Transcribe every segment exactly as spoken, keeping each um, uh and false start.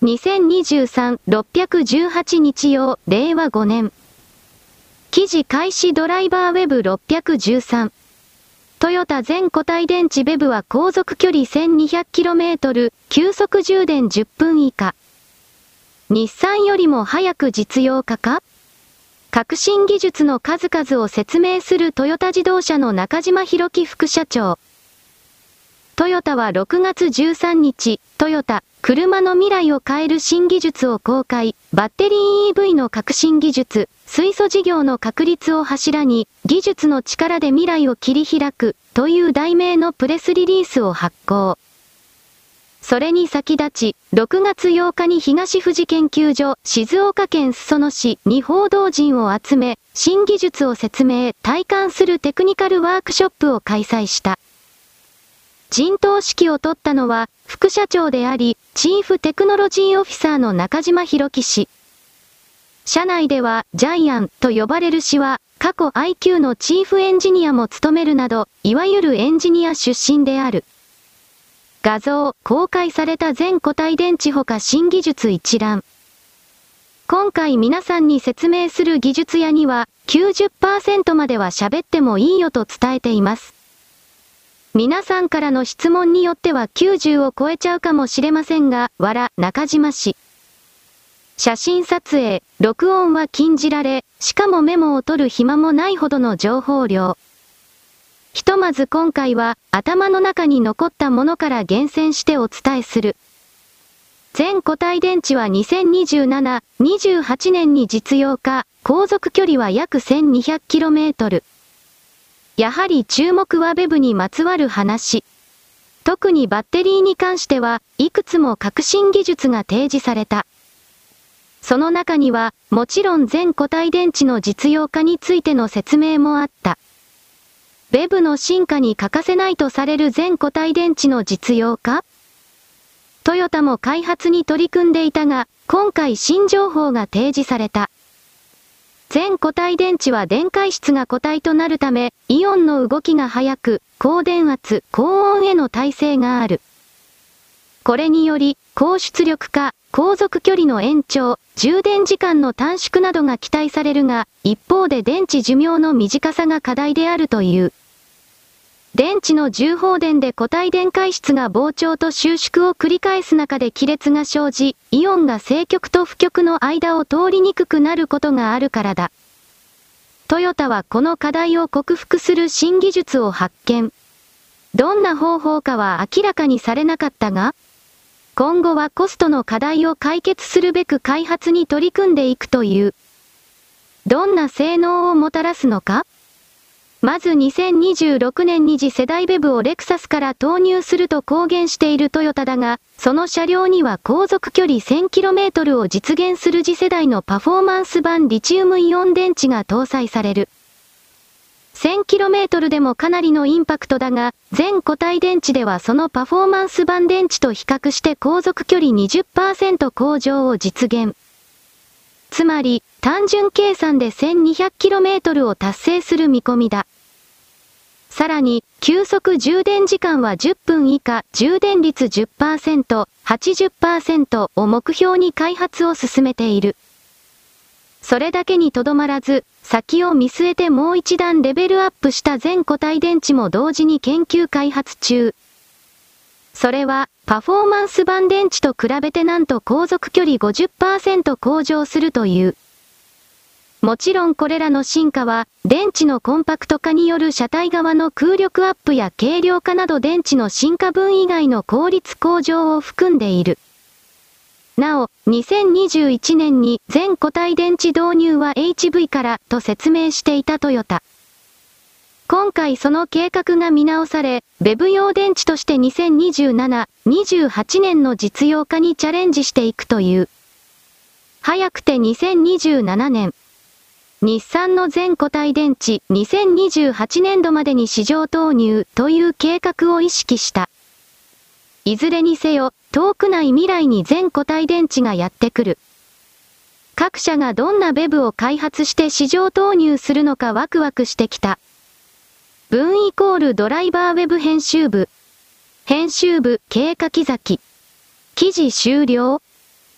にせんにじゅうさん、ろっぴゃくじゅうはちにち用、れいわごねん。記事開始ドライバーウェブろっぴゃくじゅうさん。トヨタ全固体電池ベブは航続距離 せんにひゃくキロメートル、急速充電じゅっぷん以下。日産よりも早く実用化か？革新技術の数々を説明するトヨタ自動車の中島博樹副社長。トヨタはろくがつじゅうさんにち、トヨタ、車の未来を変える新技術を公開、バッテリー イーブイ の革新技術、水素事業の確立を柱に、技術の力で未来を切り開く、という題名のプレスリリースを発行。それに先立ち、ろくがつようかに東富士研究所、静岡県裾野市に報道陣を集め、新技術を説明、体感するテクニカルワークショップを開催した。陣頭指揮を取ったのは、副社長であり、チーフテクノロジーオフィサーの中島博樹氏。社内では、ジャイアンと呼ばれる氏は、過去 アイキュー のチーフエンジニアも務めるなど、いわゆるエンジニア出身である。画像、公開された全固体電池ほか新技術一覧。今回皆さんに説明する技術屋には、きゅうじゅっパーセント までは喋ってもいいよと伝えています。皆さんからの質問によってはきゅうじゅうを超えちゃうかもしれませんが、わら、中島氏。写真撮影、録音は禁じられ、しかもメモを取る暇もないほどの情報量。ひとまず今回は、頭の中に残ったものから厳選してお伝えする。全固体電池はにせんにじゅうなな、にじゅうはちねんに実用化、航続距離は約 せんにひゃくキロメートル。やはり注目はベブにまつわる話。特にバッテリーに関しては、いくつも革新技術が提示された。その中には、もちろん全固体電池の実用化についての説明もあった。ベブの進化に欠かせないとされる全固体電池の実用化？トヨタも開発に取り組んでいたが、今回新情報が提示された。全固体電池は電解質が固体となるため、イオンの動きが速く、高電圧、高温への耐性がある。これにより、高出力化、航続距離の延長、充電時間の短縮などが期待されるが、一方で電池寿命の短さが課題であるという。電池の重放電で固体電解質が膨張と収縮を繰り返す中で亀裂が生じ、イオンが正極と負極の間を通りにくくなることがあるからだ。トヨタはこの課題を克服する新技術を発見。どんな方法かは明らかにされなかったが、今後はコストの課題を解決するべく開発に取り組んでいくという。どんな性能をもたらすのか？まずにせんにじゅうろくねんに次世代ベブをレクサスから投入すると公言しているトヨタだが、その車両には航続距離 せんキロメートル を実現する次世代のパフォーマンス版リチウムイオン電池が搭載される。せんキロメートル でもかなりのインパクトだが、全固体電池ではそのパフォーマンス版電池と比較して航続距離 にじゅっパーセント 向上を実現。つまり、単純計算で せんにひゃくキロメートル を達成する見込みだ。さらに、急速充電時間はじゅっぷん以下、充電率 じゅっパーセント、はちじゅっパーセント を目標に開発を進めている。それだけにとどまらず、先を見据えてもう一段レベルアップした全固体電池も同時に研究開発中。それは、パフォーマンス版電池と比べてなんと航続距離 ごじゅっパーセント 向上するという。もちろんこれらの進化は、電池のコンパクト化による車体側の空力アップや軽量化など電池の進化分以外の効率向上を含んでいる。なお、にせんにじゅういちねんに全固体電池導入は エイチブイ からと説明していたトヨタ。今回その計画が見直され、ベブ用電池としてにせんにじゅうなな、にじゅうはちねんの実用化にチャレンジしていくという。早くてにせんにじゅうななねん。日産の全固体電池にせんにじゅうはちねんどまでに市場投入という計画を意識した。いずれにせよ、遠くない未来に全固体電池がやってくる。各社がどんなベブを開発して市場投入するのかワクワクしてきた。文イコールドライバーウェブ編集部。編集部、経過木崎。記事終了。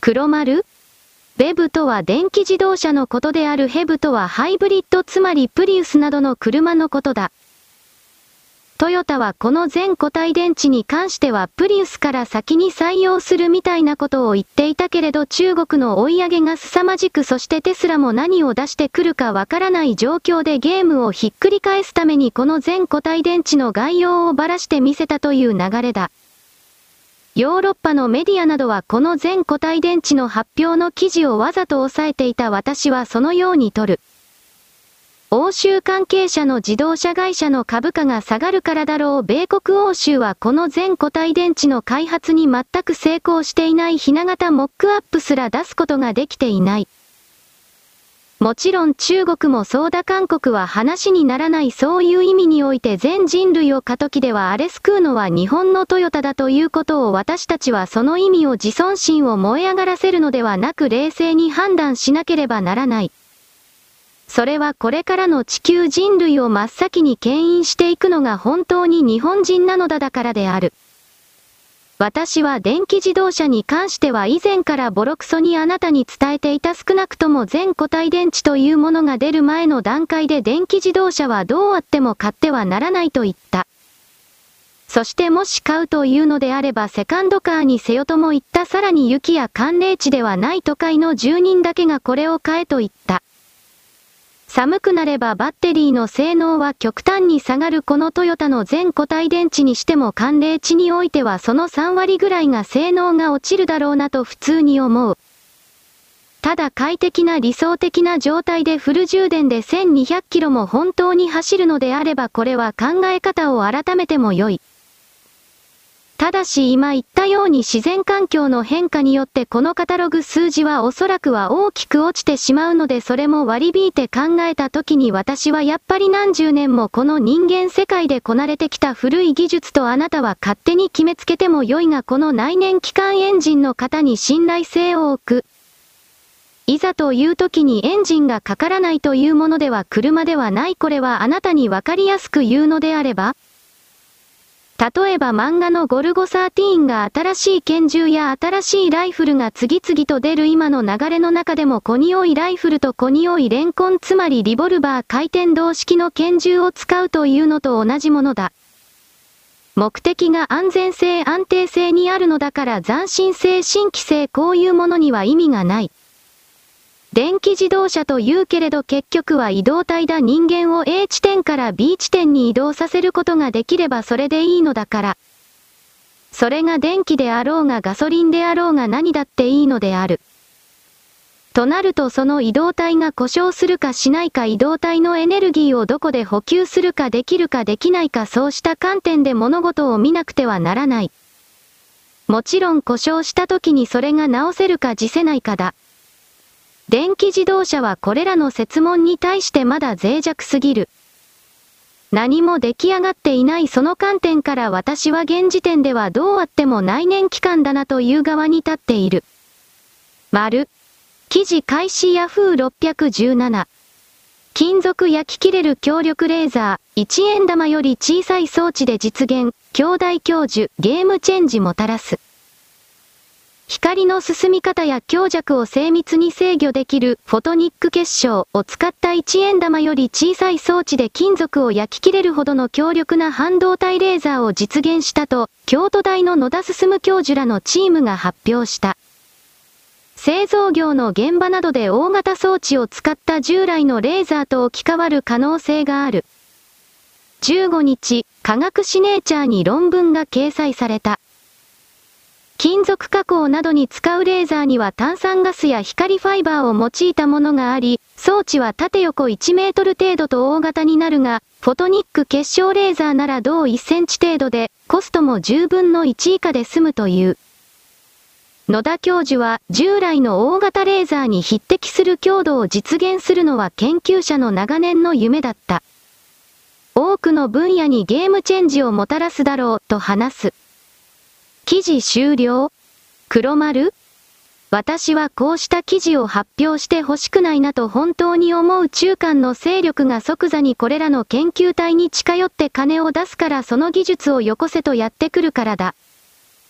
黒丸？ベブとは電気自動車のことであるヘブとはハイブリッドつまりプリウスなどの車のことだ。トヨタはこの全固体電池に関してはプリウスから先に採用するみたいなことを言っていたけれど中国の追い上げが凄まじくそしてテスラも何を出してくるかわからない状況でゲームをひっくり返すためにこの全固体電池の概要をばらしてみせたという流れだ。ヨーロッパのメディアなどはこの全固体電池の発表の記事をわざと抑えていた私はそのように取る。欧州関係者の自動車会社の株価が下がるからだろう。米国欧州はこの全固体電池の開発に全く成功していないひな型モックアップすら出すことができていない。もちろん中国もそうだ韓国は話にならないそういう意味において全人類を過渡期ではあれ救うのは日本のトヨタだということを私たちはその意味を自尊心を燃え上がらせるのではなく冷静に判断しなければならない。それはこれからの地球人類を真っ先に牽引していくのが本当に日本人なのだだからである。私は電気自動車に関しては以前からボロクソにあなたに伝えていた少なくとも全固体電池というものが出る前の段階で電気自動車はどうあっても買ってはならないと言った。そしてもし買うというのであればセカンドカーにせよとも言った。さらに雪や寒冷地ではない都会の住人だけがこれを買えと言った。寒くなればバッテリーの性能は極端に下がる。このトヨタの全固体電池にしても寒冷地においてはそのさんわりぐらいが性能が落ちるだろうなと普通に思う。ただ快適な理想的な状態でフル充電でせんにひゃくキロも本当に走るのであればこれは考え方を改めても良い。ただし今言ったように自然環境の変化によってこのカタログ数字はおそらくは大きく落ちてしまうのでそれも割り引いて考えた時に私はやっぱり何十年もこの人間世界でこなれてきた古い技術とあなたは勝手に決めつけても良いがこの内燃機関エンジンの方に信頼性を置く。いざという時にエンジンがかからないというものでは車ではない。これはあなたにわかりやすく言うのであれば例えば漫画のゴルゴじゅうさんが新しい拳銃や新しいライフルが次々と出る今の流れの中でもコニオイライフルとコニオイレンコンつまりリボルバー回転動式の拳銃を使うというのと同じものだ。目的が安全性安定性にあるのだから斬新性新規性こういうものには意味がない。電気自動車と言うけれど結局は移動体だ。人間を A 地点から B 地点に移動させることができればそれでいいのだから。それが電気であろうがガソリンであろうが何だっていいのである。となるとその移動体が故障するかしないか移動体のエネルギーをどこで補給するかできるかできないかそうした観点で物事を見なくてはならない。もちろん故障した時にそれが直せるか辞せないかだ。電気自動車はこれらの設問に対してまだ脆弱すぎる。何も出来上がっていないその観点から私は現時点ではどうあっても内燃機関だなという側に立っている。丸。記事開始ヤフーろっぴゃくじゅうなな。金属焼き切れる強力レーザー、いちえん玉より小さい装置で実現、兄弟教授、ゲームチェンジもたらす。光の進み方や強弱を精密に制御できるフォトニック結晶を使ったいちえん玉より小さい装置で金属を焼き切れるほどの強力な半導体レーザーを実現したと、京都大の野田進教授らのチームが発表した。製造業の現場などで大型装置を使った従来のレーザーと置き換わる可能性がある。じゅうごにち、科学誌ネイチャーに論文が掲載された。金属加工などに使うレーザーには炭酸ガスや光ファイバーを用いたものがあり、装置は縦横いちメートル程度と大型になるが、フォトニック結晶レーザーなら銅いっセンチ程度で、コストもじゅうぶんのいち以下で済むという。野田教授は、従来の大型レーザーに匹敵する強度を実現するのは研究者の長年の夢だった。多くの分野にゲームチェンジをもたらすだろう、と話す。記事終了？黒丸？私はこうした記事を発表してほしくないなと本当に思う。中間の勢力が即座にこれらの研究体に近寄って金を出すからその技術をよこせとやってくるからだ。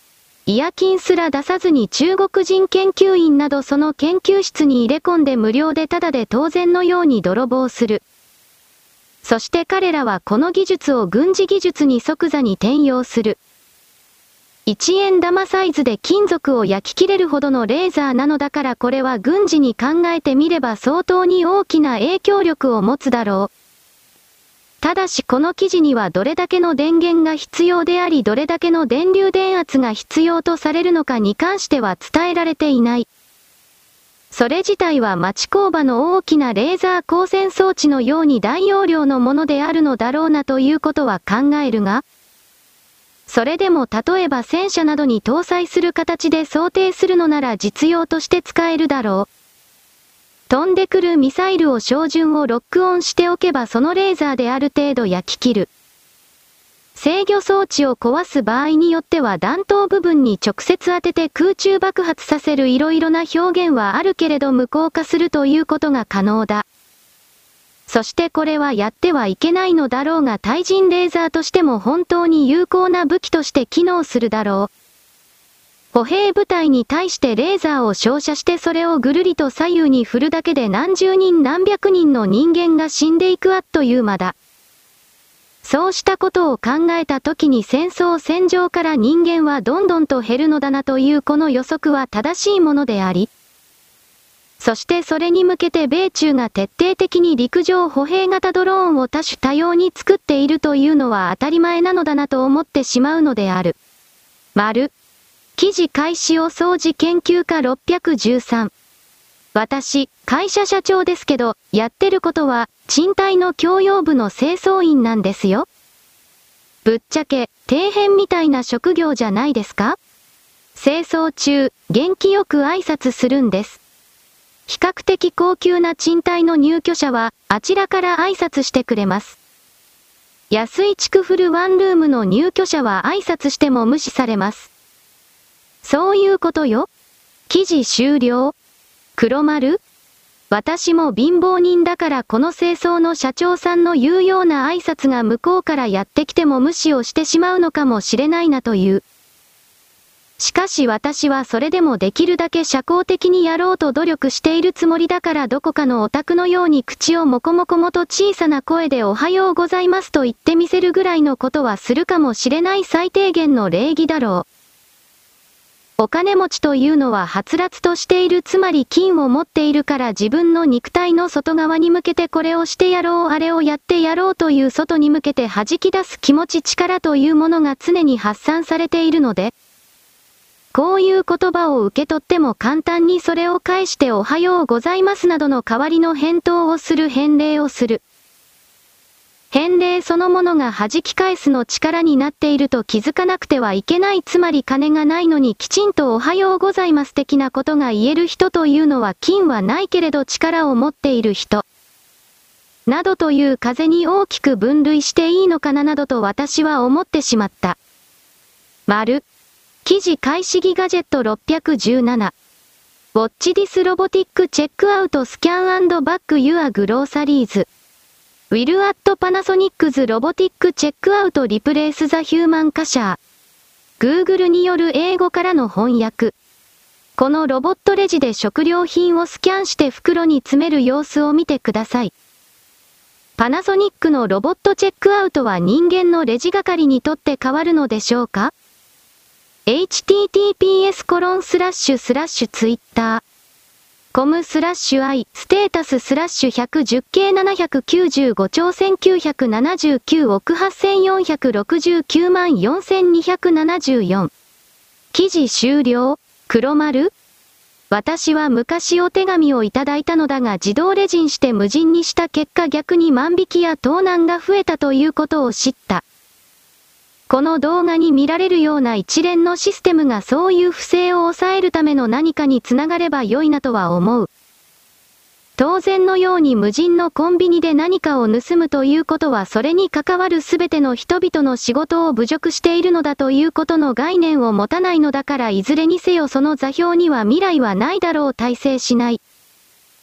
違約金すら出さずに中国人研究員などその研究室に入れ込んで無料でタダで当然のように泥棒する。そして彼らはこの技術を軍事技術に即座に転用する。いちえん玉サイズで金属を焼き切れるほどのレーザーなのだからこれは軍事に考えてみれば相当に大きな影響力を持つだろう。ただしこの記事にはどれだけの電源が必要でありどれだけの電流電圧が必要とされるのかに関しては伝えられていない。それ自体は町工場の大きなレーザー光線装置のように大容量のものであるのだろうなということは考えるが、それでも例えば戦車などに搭載する形で想定するのなら実用として使えるだろう。飛んでくるミサイルを照準をロックオンしておけばそのレーザーである程度焼き切る。制御装置を壊す場合によっては弾頭部分に直接当てて空中爆発させるいろいろな表現はあるけれど無効化するということが可能だ。そしてこれはやってはいけないのだろうが対人レーザーとしても本当に有効な武器として機能するだろう。歩兵部隊に対してレーザーを照射してそれをぐるりと左右に振るだけで何十人何百人の人間が死んでいくあっという間だ。そうしたことを考えた時に戦争戦場から人間はどんどんと減るのだなというこの予測は正しいものであり、そしてそれに向けて米中が徹底的に陸上歩兵型ドローンを多種多様に作っているというのは当たり前なのだなと思ってしまうのである。丸。記事開始を掃除研究家ろっぴゃくじゅうさん。私、会社社長ですけど、やってることは、賃貸の共用部の清掃員なんですよ。ぶっちゃけ、底辺みたいな職業じゃないですか？清掃中、元気よく挨拶するんです。比較的高級な賃貸の入居者は、あちらから挨拶してくれます。安い築古ワンルームの入居者は挨拶しても無視されます。そういうことよ。記事終了。黒丸？私も貧乏人だからこの清掃の社長さんの言うような挨拶が向こうからやってきても無視をしてしまうのかもしれないなという。しかし私はそれでもできるだけ社交的にやろうと努力しているつもりだからどこかのオタクのように口をもこもこもと小さな声でおはようございますと言ってみせるぐらいのことはするかもしれない最低限の礼儀だろう。お金持ちというのははつらつとしているつまり金を持っているから自分の肉体の外側に向けてこれをしてやろうあれをやってやろうという外に向けて弾き出す気持ち力というものが常に発散されているので、こういう言葉を受け取っても簡単にそれを返しておはようございますなどの代わりの返答をする返礼をする。返礼そのものが弾き返すの力になっていると気づかなくてはいけないつまり金がないのにきちんとおはようございます的なことが言える人というのは金はないけれど力を持っている人。などという風に大きく分類していいのかななどと私は思ってしまった。丸。記事開始ギガジェットろっぴゃくじゅうなな。Watch this robotic check out scan and back your groceries. Will at Panasonic's robotic checkout replace the human cashier? Google による英語からの翻訳。このロボットレジで食料品をスキャンして袋に詰める様子を見てください。パナソニックのロボットチェックアウトは人間のレジ係にとって変わるのでしょうか？ エイチティーティーピーエス コロンスラッシュスラッシュツイッターコムスラッシュ i ステータススラッシュ ひゃくじゅうケーななひゃくきゅうじゅうごちょうせんきゅうひゃくななじゅうきゅうおくはっせんよんひゃくろくじゅうきゅうまんよんせんにひゃくななじゅうよん。記事終了。黒丸？私は昔お手紙をいただいたのだが自動レジンして無人にした結果逆に万引きや盗難が増えたということを知った。この動画に見られるような一連のシステムがそういう不正を抑えるための何かにつながれば良いなとは思う。当然のように無人のコンビニで何かを盗むということはそれに関わるすべての人々の仕事を侮辱しているのだということの概念を持たないのだからいずれにせよその座標には未来はないだろう大成しない。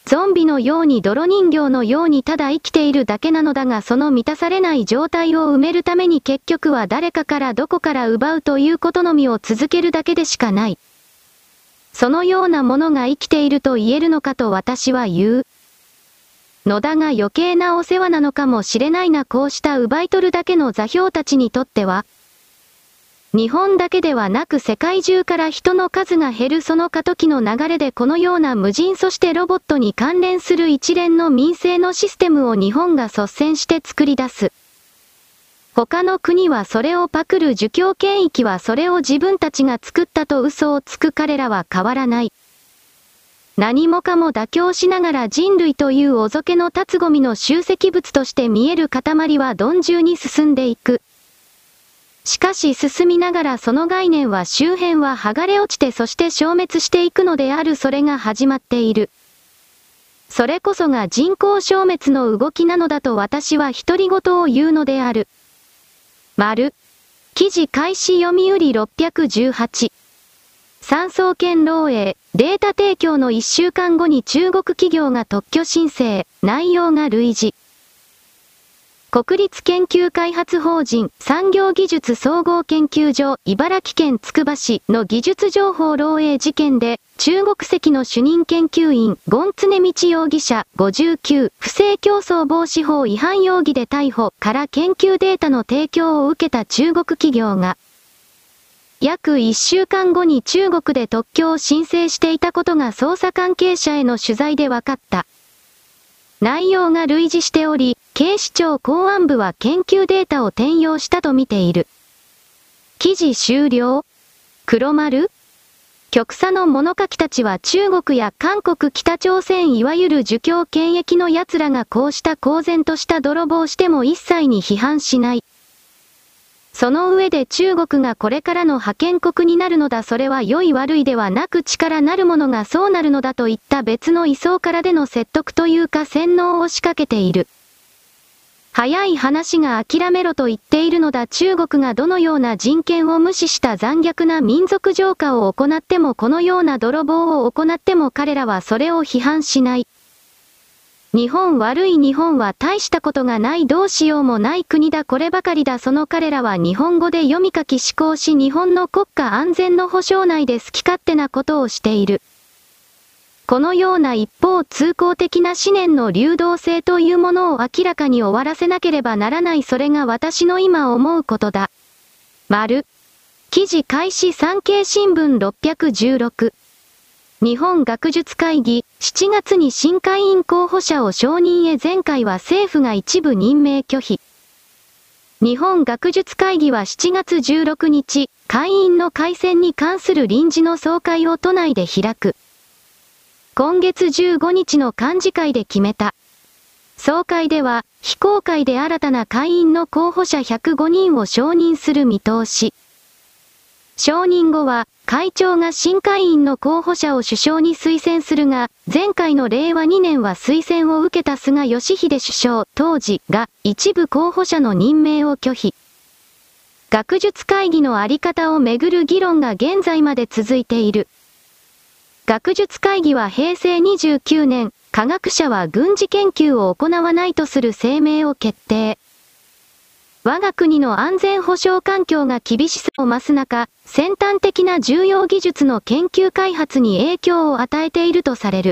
ゾンビのように泥人形のようにただ生きているだけなのだがその満たされない状態を埋めるために結局は誰かからどこから奪うということのみを続けるだけでしかない。そのようなものが生きていると言えるのかと私は言う。のだが余計なお世話なのかもしれないなこうした奪い取るだけの座標たちにとっては。日本だけではなく世界中から人の数が減るその過渡期の流れでこのような無人そしてロボットに関連する一連の民生のシステムを日本が率先して作り出す。他の国はそれをパクる儒教権益はそれを自分たちが作ったと嘘をつく彼らは変わらない。何もかも妥協しながら人類というおぞけの立つゴミの集積物として見える塊は鈍重に進んでいく。しかし進みながらその概念は周辺は剥がれ落ちてそして消滅していくのであるそれが始まっている。それこそが人口消滅の動きなのだと私は独り言を言うのである。丸。記事開始読売ろっぴゃくじゅうはち。産総研漏洩、データ提供のいっしゅうかんごに中国企業が特許申請、内容が類似。国立研究開発法人産業技術総合研究所茨城県つくば市の技術情報漏洩事件で中国籍の主任研究員ゴンツネミチ容疑者ごじゅうきゅう不正競争防止法違反容疑で逮捕から研究データの提供を受けた中国企業が約いっしゅうかんごに中国で特許を申請していたことが捜査関係者への取材で分かった。内容が類似しており、警視庁公安部は研究データを転用したと見ている。記事終了。黒丸？極左の物書きたちは中国や韓国北朝鮮いわゆる儒教権益の奴らがこうした公然とした泥棒しても一切に批判しない。その上で中国がこれからの覇権国になるのだそれは良い悪いではなく力なるものがそうなるのだといった別の位相からでの説得というか洗脳を仕掛けている。早い話が諦めろと言っているのだ中国がどのような人権を無視した残虐な民族浄化を行ってもこのような泥棒を行っても彼らはそれを批判しない。日本悪い日本は大したことがないどうしようもない国だこればかりだその彼らは日本語で読み書き思考し日本の国家安全の保障内で好き勝手なことをしている。このような一方通行的な思念の流動性というものを明らかに終わらせなければならないそれが私の今思うことだ。丸。記事開始産経新聞ろっぴゃくじゅうろく。日本学術会議、しちがつに新会員候補者を承認へ前回は政府が一部任命拒否。日本学術会議はしちがつじゅうろくにち、会員の改選に関する臨時の総会を都内で開く。今月じゅうごにちの幹事会で決めた。総会では、非公開で新たな会員の候補者ひゃくごにんを承認する見通し。承認後は、会長が新会員の候補者を首相に推薦するが、前回のれいわにねんは推薦を受けた菅義偉首相当時が一部候補者の任命を拒否。学術会議のあり方をめぐる議論が現在まで続いている。学術会議はへいせいにじゅうきゅうねん、科学者は軍事研究を行わないとする声明を決定。我が国の安全保障環境が厳しさを増す中、先端的な重要技術の研究開発に影響を与えているとされる。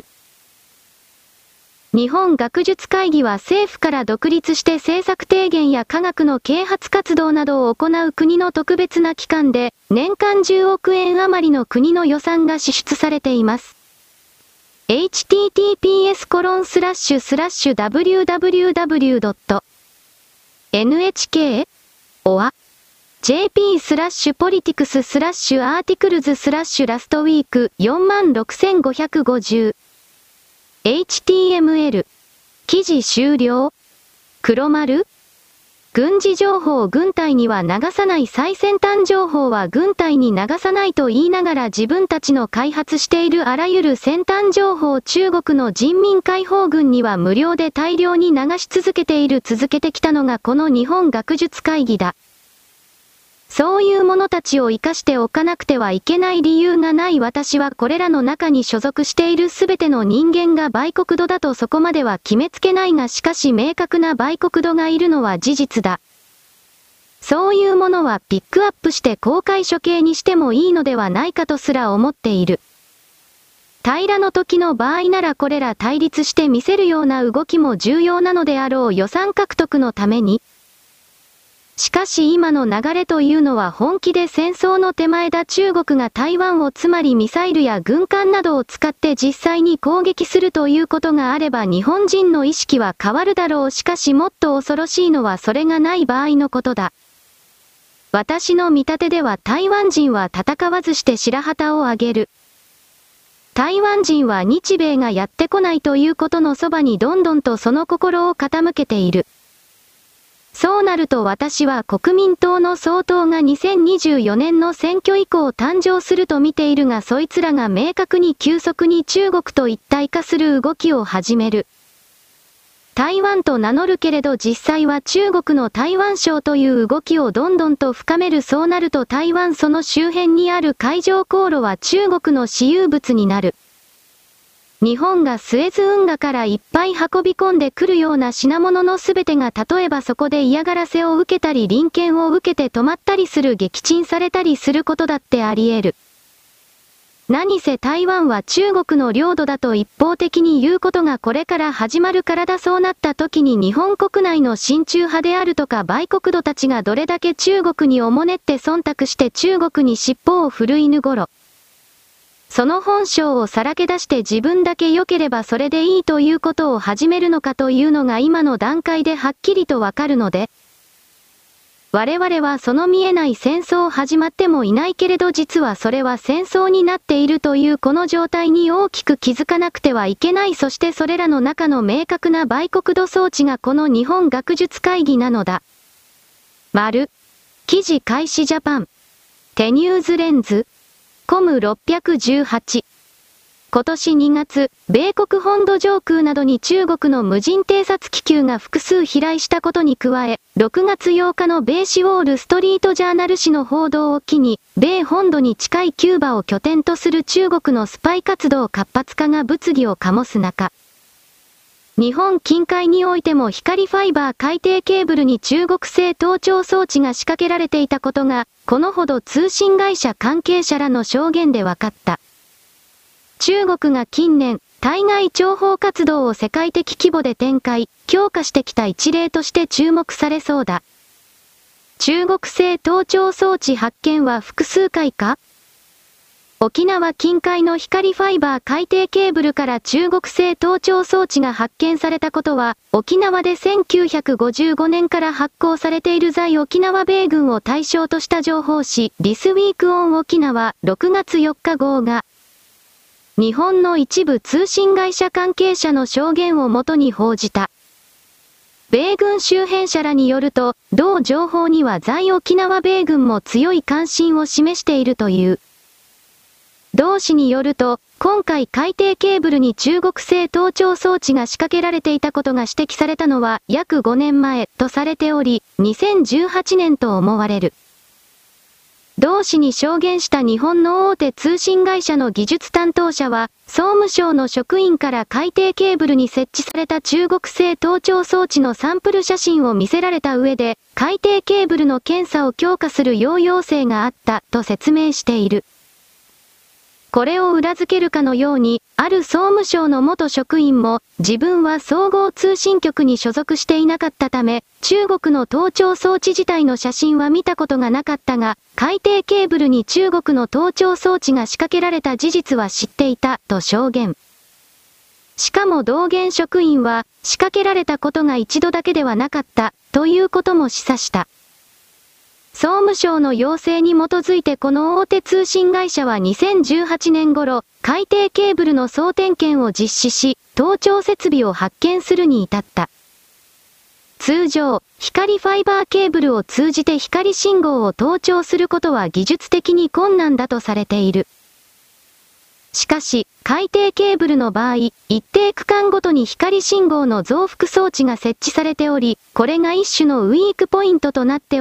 日本学術会議は政府から独立して政策提言や科学の啓発活動などを行う国の特別な機関で、年間じゅうおくえん余りの国の予算が支出されています。エイチティーティーピーエスコロンスラッシュスラッシュダブリューダブリューダブリュードットエヌエイチケー オア ジェーピー スラッシュポリティクススラッシュアーティクルズスラッシュラストウィークよんまんろくせんごひゃくごじゅう エイチティーエムエル 記事終了。黒丸。軍事情報軍隊には流さない最先端情報は軍隊に流さないと言いながら自分たちの開発しているあらゆる先端情報を中国の人民解放軍には無料で大量に流し続けている続けてきたのがこの日本学術会議だ。 そういう者たちを生かしておかなくてはいけない理由がない。私はこれらの中に所属しているすべての人間が売国奴だとそこまでは決めつけないが、しかし明確な売国奴がいるのは事実だ。そういうものはピックアップして公開処刑にしてもいいのではないかとすら思っている。平の時の場合ならこれら対立して見せるような動きも重要なのであろう。予算獲得のために。しかし今の流れというのは本気で戦争の手前だ。中国が台湾をつまりミサイルや軍艦などを使って実際に攻撃するということがあれば日本人の意識は変わるだろう。しかしもっと恐ろしいのはそれがない場合のことだ。私の見立てでは台湾人は戦わずして白旗を上げる。台湾人は日米がやってこないということのそばにどんどんとその心を傾けている。そうなると私は国民党の総統がにせんにじゅうよねんの選挙以降誕生すると見ているが、そいつらが明確に急速に中国と一体化する動きを始める。台湾と名乗るけれど実際は中国の台湾省という動きをどんどんと深める。そうなると台湾その周辺にある海上航路は中国の私有物になる。日本がスエズ運河からいっぱい運び込んでくるような品物のすべてが例えばそこで嫌がらせを受けたり臨検を受けて止まったりする、撃沈されたりすることだってあり得る。何せ台湾は中国の領土だと一方的に言うことがこれから始まるからだ。そうなった時に日本国内の親中派であるとか売国奴たちがどれだけ中国におもねって忖度して中国に尻尾を振るいぬ頃。その本性をさらけ出して自分だけ良ければそれでいいということを始めるのかというのが今の段階ではっきりとわかるので、我々はその見えない戦争始まってもいないけれど実はそれは戦争になっているというこの状態に大きく気づかなくてはいけない。そしてそれらの中の明確な売国奴装置がこの日本学術会議なのだ。丸。記事開始ジャパン。テニューズレンズ。コムろっぴゃくじゅうはち。今年にがつ、米国本土上空などに中国の無人偵察気球が複数飛来したことに加え、ろくがつようかの米紙ウォールストリートジャーナル紙の報道を機に、米本土に近いキューバを拠点とする中国のスパイ活動活発化が物議を醸す中、日本近海においても光ファイバー海底ケーブルに中国製盗聴装置が仕掛けられていたことが、このほど通信会社関係者らの証言で分かった。中国が近年、対外諜報活動を世界的規模で展開、強化してきた一例として注目されそうだ。中国製盗聴装置発見は複数回か？沖縄近海の光ファイバー海底ケーブルから中国製盗聴装置が発見されたことは、沖縄でせんきゅうひゃくごじゅうごねんから発行されている在沖縄米軍を対象とした情報誌、ディスウィークオン沖縄ろくがつよっか号が、日本の一部通信会社関係者の証言をもとに報じた。米軍周辺者らによると、同情報には在沖縄米軍も強い関心を示しているという。同誌によると、今回海底ケーブルに中国製盗聴装置が仕掛けられていたことが指摘されたのは約ごねんまえとされており、にせんじゅうはちねんと思われる。同誌に証言した日本の大手通信会社の技術担当者は、総務省の職員から海底ケーブルに設置された中国製盗聴装置のサンプル写真を見せられた上で、海底ケーブルの検査を強化するよう要請があったと説明している。これを裏付けるかのように、ある総務省の元職員も、自分は総合通信局に所属していなかったため、中国の盗聴装置自体の写真は見たことがなかったが、海底ケーブルに中国の盗聴装置が仕掛けられた事実は知っていた、と証言。しかも同現職員は、仕掛けられたことが一度だけではなかった、ということも示唆した。総務省の要請に基づいてこの大手通信会社はにせんじゅうはちねん頃、海底ケーブルの総点検を実施し、盗聴設備を発見するに至った。通常、光ファイバーケーブルを通じて光信号を盗聴することは技術的に困難だとされている。しかし、海底ケーブルの場合、一定区間ごとに光信号の増幅装置が設置されており、これが一種のウィークポイントとなっており、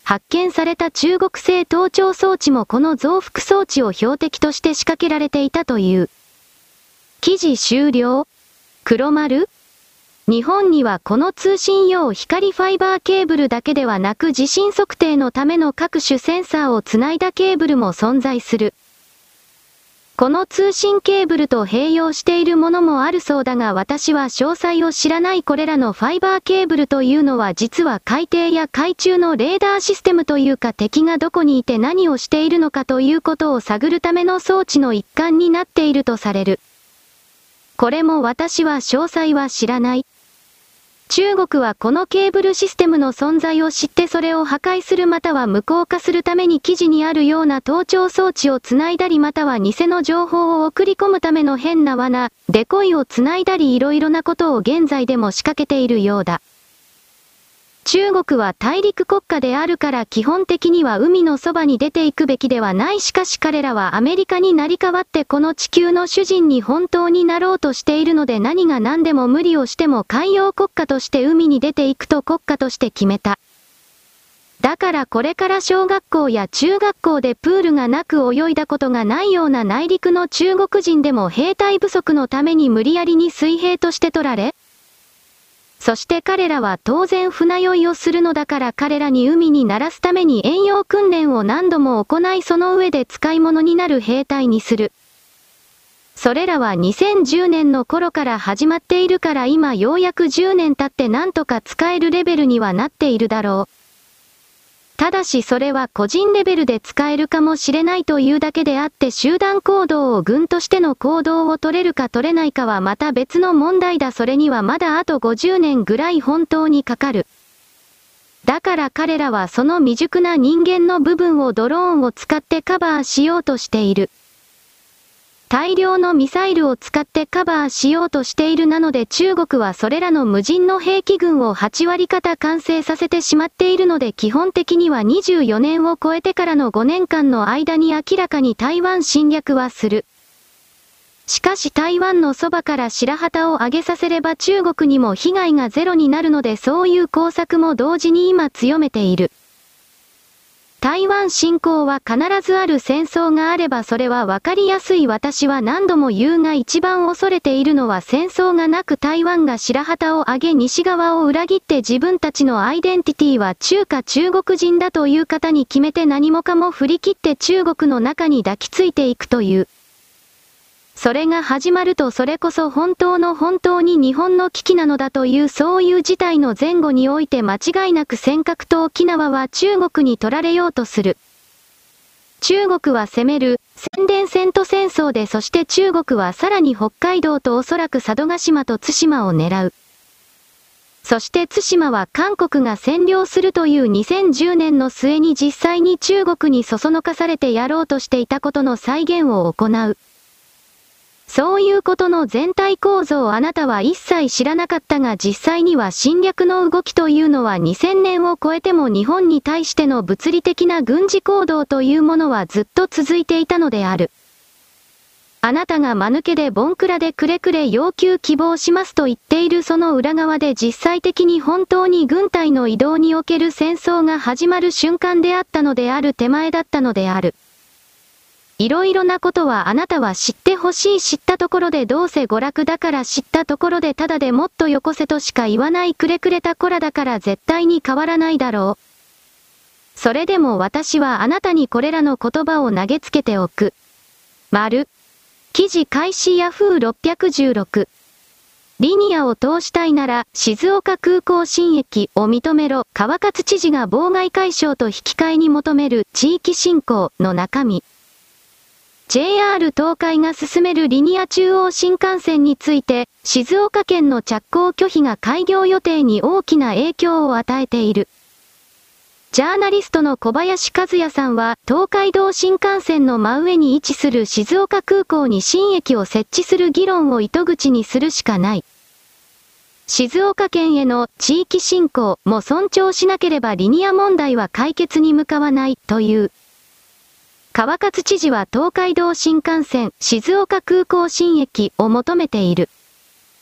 発見された中国製盗聴装置もこの増幅装置を標的として仕掛けられていたという。記事終了。黒丸？日本にはこの通信用光ファイバーケーブルだけではなく地震測定のための各種センサーをつないだケーブルも存在する。この通信ケーブルと併用しているものもあるそうだが私は詳細を知らない。これらのファイバーケーブルというのは実は海底や海中のレーダーシステムというか敵がどこにいて何をしているのかということを探るための装置の一環になっているとされる。これも私は詳細は知らない。中国はこのケーブルシステムの存在を知ってそれを破壊するまたは無効化するために記事にあるような盗聴装置をつないだりまたは偽の情報を送り込むための変な罠、デコイをつないだりいろいろなことを現在でも仕掛けているようだ。中国は大陸国家であるから基本的には海のそばに出ていくべきではない。しかし彼らはアメリカに成り代わってこの地球の主人に本当になろうとしているので何が何でも無理をしても海洋国家として海に出ていくと国家として決めた。だからこれから小学校や中学校でプールがなく泳いだことがないような内陸の中国人でも兵隊不足のために無理やりに水兵として取られ、そして彼らは当然船酔いをするのだから彼らに海に慣らすために遠洋訓練を何度も行いその上で使い物になる兵隊にする。それらはにせんじゅうねんの頃から始まっているから今ようやくじゅうねん経ってなんとか使えるレベルにはなっているだろう。ただしそれは個人レベルで使えるかもしれないというだけであって集団行動を軍としての行動を取れるか取れないかはまた別の問題だ。それにはまだあとごじゅうねんぐらい本当にかかる。だから彼らはその未熟な人間の部分をドローンを使ってカバーしようとしている。大量のミサイルを使ってカバーしようとしている。なので中国はそれらの無人の兵器群をはちわり方完成させてしまっているので基本的にはにじゅうよねんを超えてからのごねんかんの間に明らかに台湾侵略はする。しかし台湾のそばから白旗を上げさせれば中国にも被害がゼロになるのでそういう工作も同時に今強めている。台湾侵攻は必ずある。戦争があればそれはわかりやすい。私は何度も言うが一番恐れているのは戦争がなく台湾が白旗を上げ西側を裏切って自分たちのアイデンティティは中華中国人だという方に決めて何もかも振り切って中国の中に抱きついていくという。それが始まるとそれこそ本当の本当に日本の危機なのだというそういう事態の前後において間違いなく尖閣と沖縄は中国に取られようとする。中国は攻める、宣伝戦と戦争でそして中国はさらに北海道とおそらく佐渡島と対馬を狙う。そして対馬は韓国が占領するというにせんじゅうねんの末に実際に中国にそそのかされてやろうとしていたことの再現を行う。そういうことの全体構造をあなたは一切知らなかったが実際には侵略の動きというのはにせんねんを超えても日本に対しての物理的な軍事行動というものはずっと続いていたのである。あなたが間抜けでボンクラでくれくれ要求希望しますと言っているその裏側で実際的に本当に軍隊の移動における戦争が始まる瞬間であったのである手前だったのである。いろいろなことはあなたは知ってほしい。知ったところでどうせ娯楽だから知ったところでただでもっとよこせとしか言わないくれくれた子らだから絶対に変わらないだろう。それでも私はあなたにこれらの言葉を投げつけておく。丸。記事開始ヤフーろっぴゃくじゅうろく。リニアを通したいなら静岡空港新駅を認めろ。川勝知事が妨害解消と引き換えに求める地域振興の中身。ジェイアール 東海が進めるリニア中央新幹線について、静岡県の着工拒否が開業予定に大きな影響を与えている。ジャーナリストの小林和也さんは、東海道新幹線の真上に位置する静岡空港に新駅を設置する議論を糸口にするしかない。静岡県への地域振興も尊重しなければリニア問題は解決に向かわないという。川勝知事は東海道新幹線静岡空港新駅を求めている。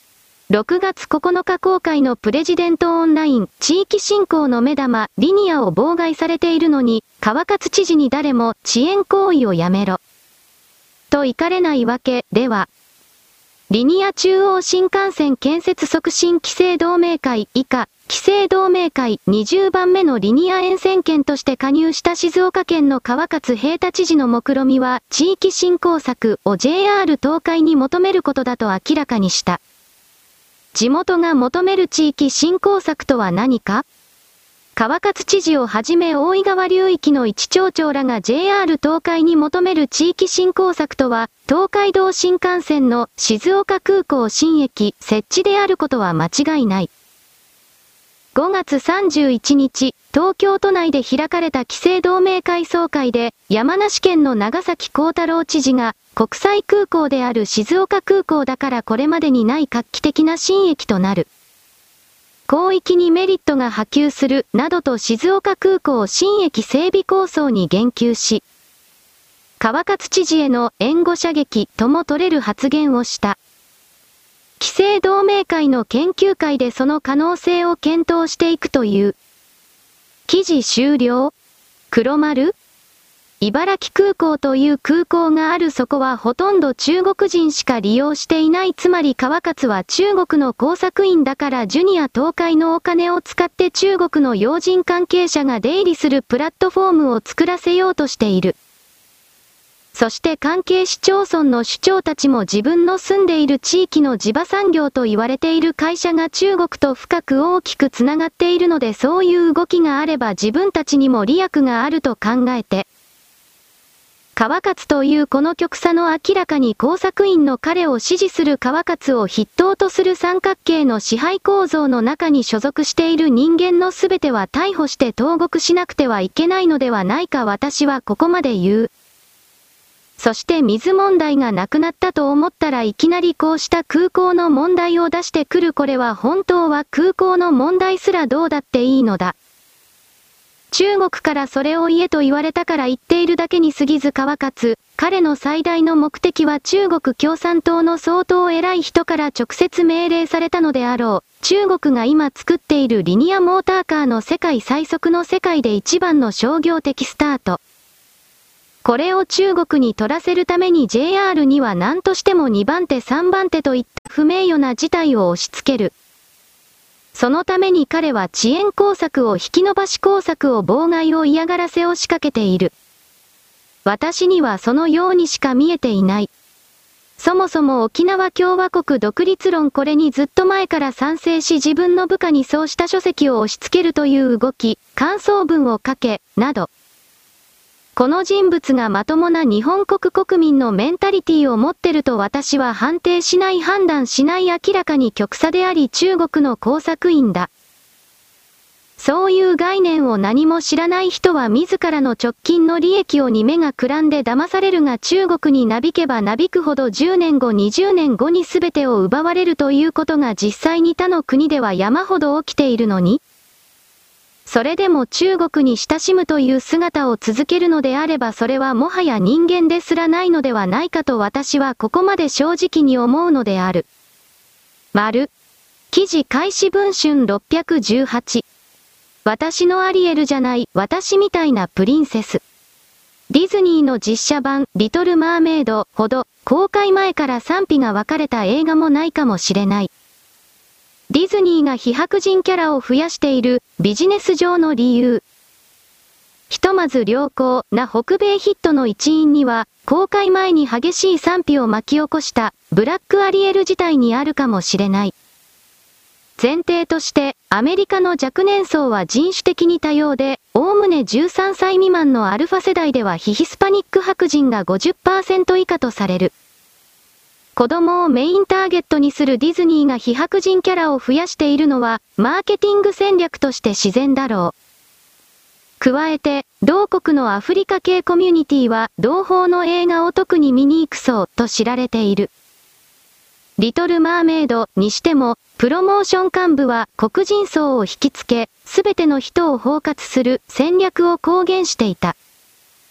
ろくがつここのか公開のプレジデントオンライン地域振興の目玉リニアを妨害されているのに、川勝知事に誰も遅延行為をやめろ。と怒れないわけでは。リニア中央新幹線建設促進期成同盟会以下、期成同盟会にじゅうばんめのリニア沿線県として加入した静岡県の川勝平太知事の目論見は地域振興策を ジェイアール 東海に求めることだと明らかにした。地元が求める地域振興策とは何か？川勝知事をはじめ大井川流域の一町長らが ジェイアール 東海に求める地域振興策とは、東海道新幹線の静岡空港新駅設置であることは間違いない。ごがつさんじゅういちにち、東京都内で開かれた期成同盟会総会で、山梨県の長崎幸太郎知事が、国際空港である静岡空港だからこれまでにない画期的な新駅となる。広域にメリットが波及する、などと静岡空港新駅整備構想に言及し、川勝知事への援護射撃とも取れる発言をした。期成同盟会の研究会でその可能性を検討していくという。記事終了。黒丸？茨城空港という空港があるそこはほとんど中国人しか利用していない。つまり川勝は中国の工作員だからジュニア東海のお金を使って中国の要人関係者が出入りするプラットフォームを作らせようとしている。そして関係市町村の首長たちも自分の住んでいる地域の地場産業と言われている会社が中国と深く大きくつながっているのでそういう動きがあれば自分たちにも利益があると考えて、川勝というこの極左の明らかに工作員の彼を支持する川勝を筆頭とする三角形の支配構造の中に所属している人間のすべては逮捕して投獄しなくてはいけないのではないか。私はここまで言う。そして水問題がなくなったと思ったらいきなりこうした空港の問題を出してくる。これは本当は空港の問題すらどうだっていいのだ。中国からそれを言えと言われたから言っているだけに過ぎず川勝、彼の最大の目的は中国共産党の相当偉い人から直接命令されたのであろう。中国が今作っているリニアモーターカーの世界最速の世界で一番の商業的スタート。これを中国に取らせるために ジェイアール には何としてもにばんてさんばんてといった不名誉な事態を押し付ける。そのために彼は遅延工作を引き延ばし工作を妨害を嫌がらせを仕掛けている。私にはそのようにしか見えていない。そもそも沖縄共和国独立論これにずっと前から賛成し自分の部下にそうした書籍を押し付けるという動き、感想文を書け、など。この人物がまともな日本国国民のメンタリティを持ってると私は判定しない判断しない。明らかに極左であり中国の工作員だ。そういう概念を何も知らない人は自らの直近の利益をに目がくらんで騙されるが中国になびけばなびくほどじゅうねんごにじゅうねんごに全てを奪われるということが実際に他の国では山ほど起きているのに、それでも中国に親しむという姿を続けるのであればそれはもはや人間ですらないのではないかと私はここまで正直に思うのである。丸。記事開始文春ろっぴゃくじゅうはち。私のアリエルじゃない私みたいなプリンセス。ディズニーの実写版リトルマーメイドほど公開前から賛否が分かれた映画もないかもしれない。ディズニーが非白人キャラを増やしているビジネス上の理由。ひとまず良好な北米ヒットの一因には、公開前に激しい賛否を巻き起こしたブラックアリエル自体にあるかもしれない。前提として、アメリカの若年層は人種的に多様で、おおむねじゅうさんさい未満のアルファ世代では非ヒスパニック白人が ごじゅっパーセント 以下とされる。子供をメインターゲットにするディズニーが非白人キャラを増やしているのは、マーケティング戦略として自然だろう。加えて、同国のアフリカ系コミュニティは、同胞の映画を特に見に行くそうと知られている。リトルマーメイドにしても、プロモーション幹部は黒人層を引きつけ、すべての人を包括する戦略を公言していた。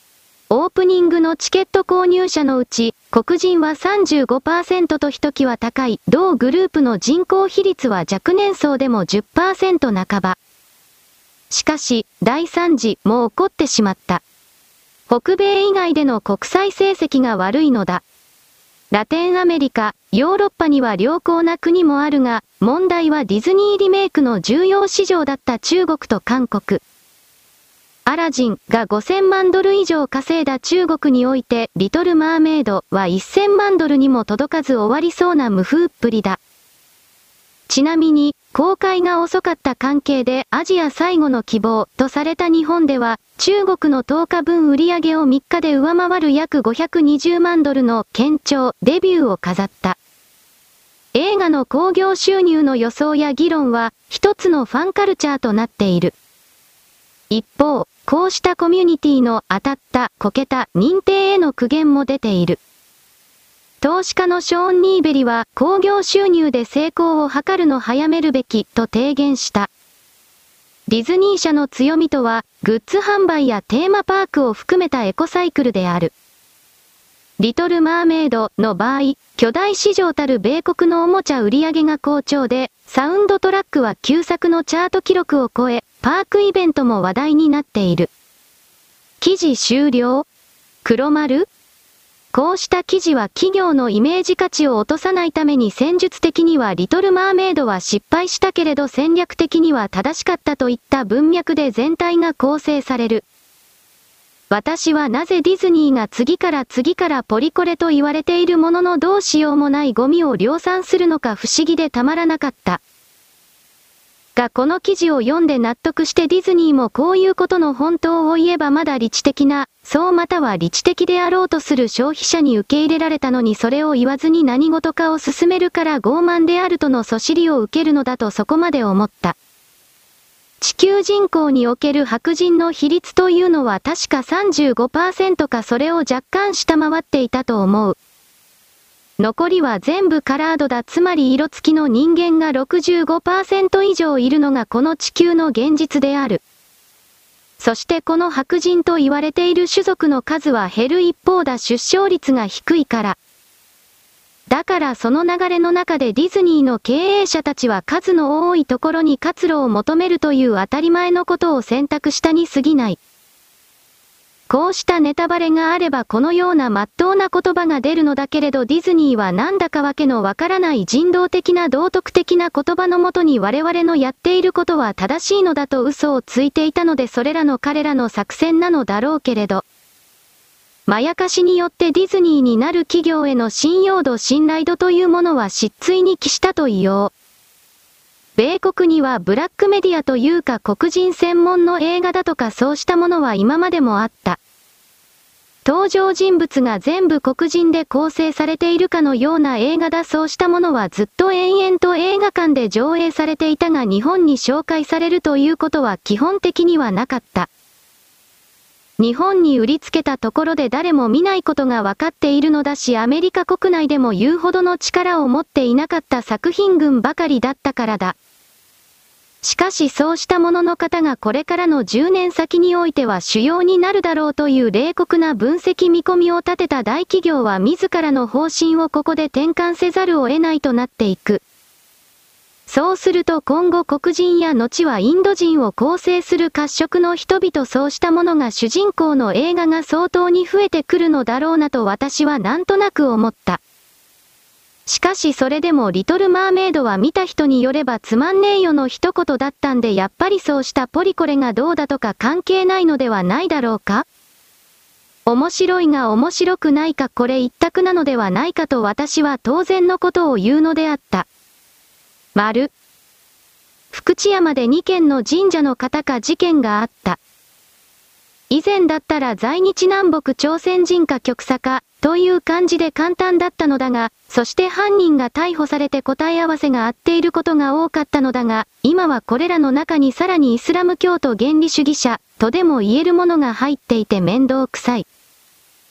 オープニングのチケット購入者のうち、黒人は さんじゅうごパーセント とひときわ高い、同グループの人口比率は若年層でも じゅっパーセント 半ば。しかし、第三次も起こってしまった。北米以外での国際成績が悪いのだ。ラテンアメリカ、ヨーロッパには良好な国もあるが、問題はディズニーリメイクの重要市場だった中国と韓国。アラジンがごせんまんドル以上稼いだ中国において、リトルマーメイドはせんまんドルにも届かず終わりそうな無風っぷりだ。ちなみに、公開が遅かった関係でアジア最後の希望とされた日本では、中国のとおかぶん売上をみっかで上回る約ごひゃくにじゅうまんドルの堅調デビューを飾った。映画の興行収入の予想や議論は、一つのファンカルチャーとなっている。一方、こうしたコミュニティの当たった、こけた、認定への苦言も出ている。投資家のショーン・ニーベリは、興行収入で成功を図るの早めるべき、と提言した。ディズニー社の強みとは、グッズ販売やテーマパークを含めたエコサイクルである。リトル・マーメイドの場合、巨大市場たる米国のおもちゃ売上が好調で、サウンドトラックは旧作のチャート記録を超え、パークイベントも話題になっている。記事終了？黒丸？こうした記事は企業のイメージ価値を落とさないために戦術的にはリトル・マーメイドは失敗したけれど戦略的には正しかったといった文脈で全体が構成される。私はなぜディズニーが次から次からポリコレと言われているもののどうしようもないゴミを量産するのか不思議でたまらなかった。がこの記事を読んで納得してディズニーもこういうことの本当を言えばまだ理知的な、そうまたは理知的であろうとする消費者に受け入れられたのにそれを言わずに何事かを進めるから傲慢であるとのそしりを受けるのだとそこまで思った。地球人口における白人の比率というのは確か さんじゅうごパーセント かそれを若干下回っていたと思う。残りは全部カラードだつまり色付きの人間が ろくじゅうごパーセント 以上いるのがこの地球の現実である。そしてこの白人と言われている種族の数は減る一方だ出生率が低いから。だからその流れの中でディズニーの経営者たちは数の多いところに活路を求めるという当たり前のことを選択したに過ぎない。こうしたネタバレがあればこのような真っ当な言葉が出るのだけれどディズニーはなんだかわけのわからない人道的な道徳的な言葉のもとに我々のやっていることは正しいのだと嘘をついていたのでそれらの彼らの作戦なのだろうけれど。まやかしによってディズニーになる企業への信用度信頼度というものは失墜に帰したと言おう。米国にはブラックメディアというか黒人専門の映画だとかそうしたものは今までもあった。登場人物が全部黒人で構成されているかのような映画だそうしたものはずっと延々と映画館で上映されていたが日本に紹介されるということは基本的にはなかった。日本に売りつけたところで誰も見ないことが分かっているのだしアメリカ国内でも言うほどの力を持っていなかった作品群ばかりだったからだ。しかしそうしたものの方がこれからのじゅうねん先においては主要になるだろうという冷酷な分析見込みを立てた大企業は自らの方針をここで転換せざるを得ないとなっていく。そうすると今後黒人や後はインド人を構成する褐色の人々そうしたものが主人公の映画が相当に増えてくるのだろうなと私はなんとなく思った。しかしそれでもリトルマーメイドは見た人によればつまんねえよの一言だったんでやっぱりそうしたポリコレがどうだとか関係ないのではないだろうか？面白いが面白くないかこれ一択なのではないかと私は当然のことを言うのであった。丸。福知山でにけんの神社の方か事件があった。以前だったら在日南北朝鮮人か極左か、という感じで簡単だったのだが、そして犯人が逮捕されて答え合わせが合っていることが多かったのだが、今はこれらの中にさらにイスラム教徒原理主義者、とでも言えるものが入っていて面倒くさい。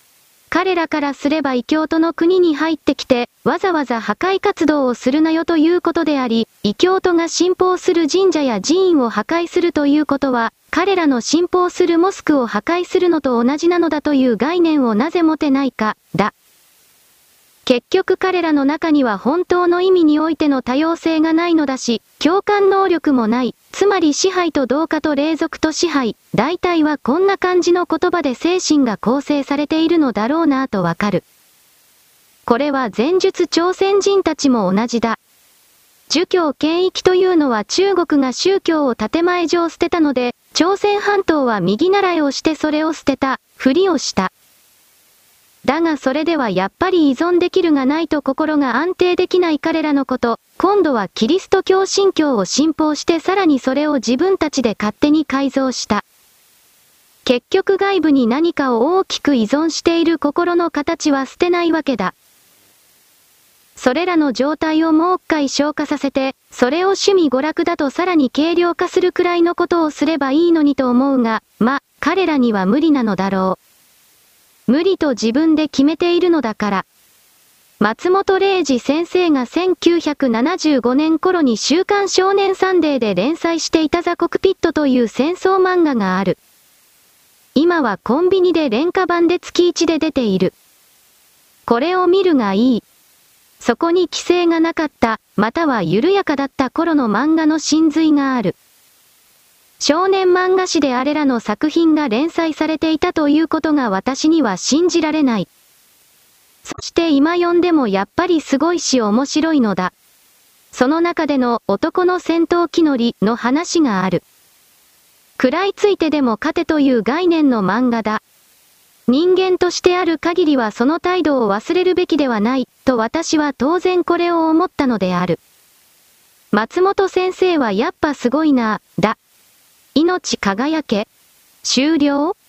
彼らからすれば異教徒の国に入ってきて、わざわざ破壊活動をするなよということであり、異教徒が信奉する神社や寺院を破壊するということは、彼らの信奉するモスクを破壊するのと同じなのだという概念をなぜ持てないか、だ。結局彼らの中には本当の意味においての多様性がないのだし、共感能力もない。つまり支配と同化と隷属と支配。大体はこんな感じの言葉で精神が構成されているのだろうなぁとわかる。これは前述朝鮮人たちも同じだ。儒教権益というのは中国が宗教を建前上捨てたので、朝鮮半島は右習いをしてそれを捨てた、ふりをした。だがそれではやっぱり依存できるがないと心が安定できない彼らのこと、今度はキリスト教信教を信奉してさらにそれを自分たちで勝手に改造した。結局外部に何かを大きく依存している心の形は捨てないわけだ。それらの状態をもう一回消化させて、それを趣味娯楽だとさらに軽量化するくらいのことをすればいいのにと思うが、ま、彼らには無理なのだろう。無理と自分で決めているのだから。松本零士先生がせんきゅうひゃくななじゅうごねん頃に週刊少年サンデーで連載していたザ・コクピットという戦争漫画がある。今はコンビニで廉価版で月いちで出ている。これを見るがいい。そこに規制がなかった、または緩やかだった頃の漫画の真髄がある。少年漫画誌であれらの作品が連載されていたということが私には信じられない。そして今読んでもやっぱりすごいし面白いのだ。その中での男の戦闘機乗りの話がある。食らいついてでも勝てという概念の漫画だ。人間としてある限りはその態度を忘れるべきではない、と私は当然これを思ったのである。松本先生はやっぱすごいな、だ。命輝け。終了？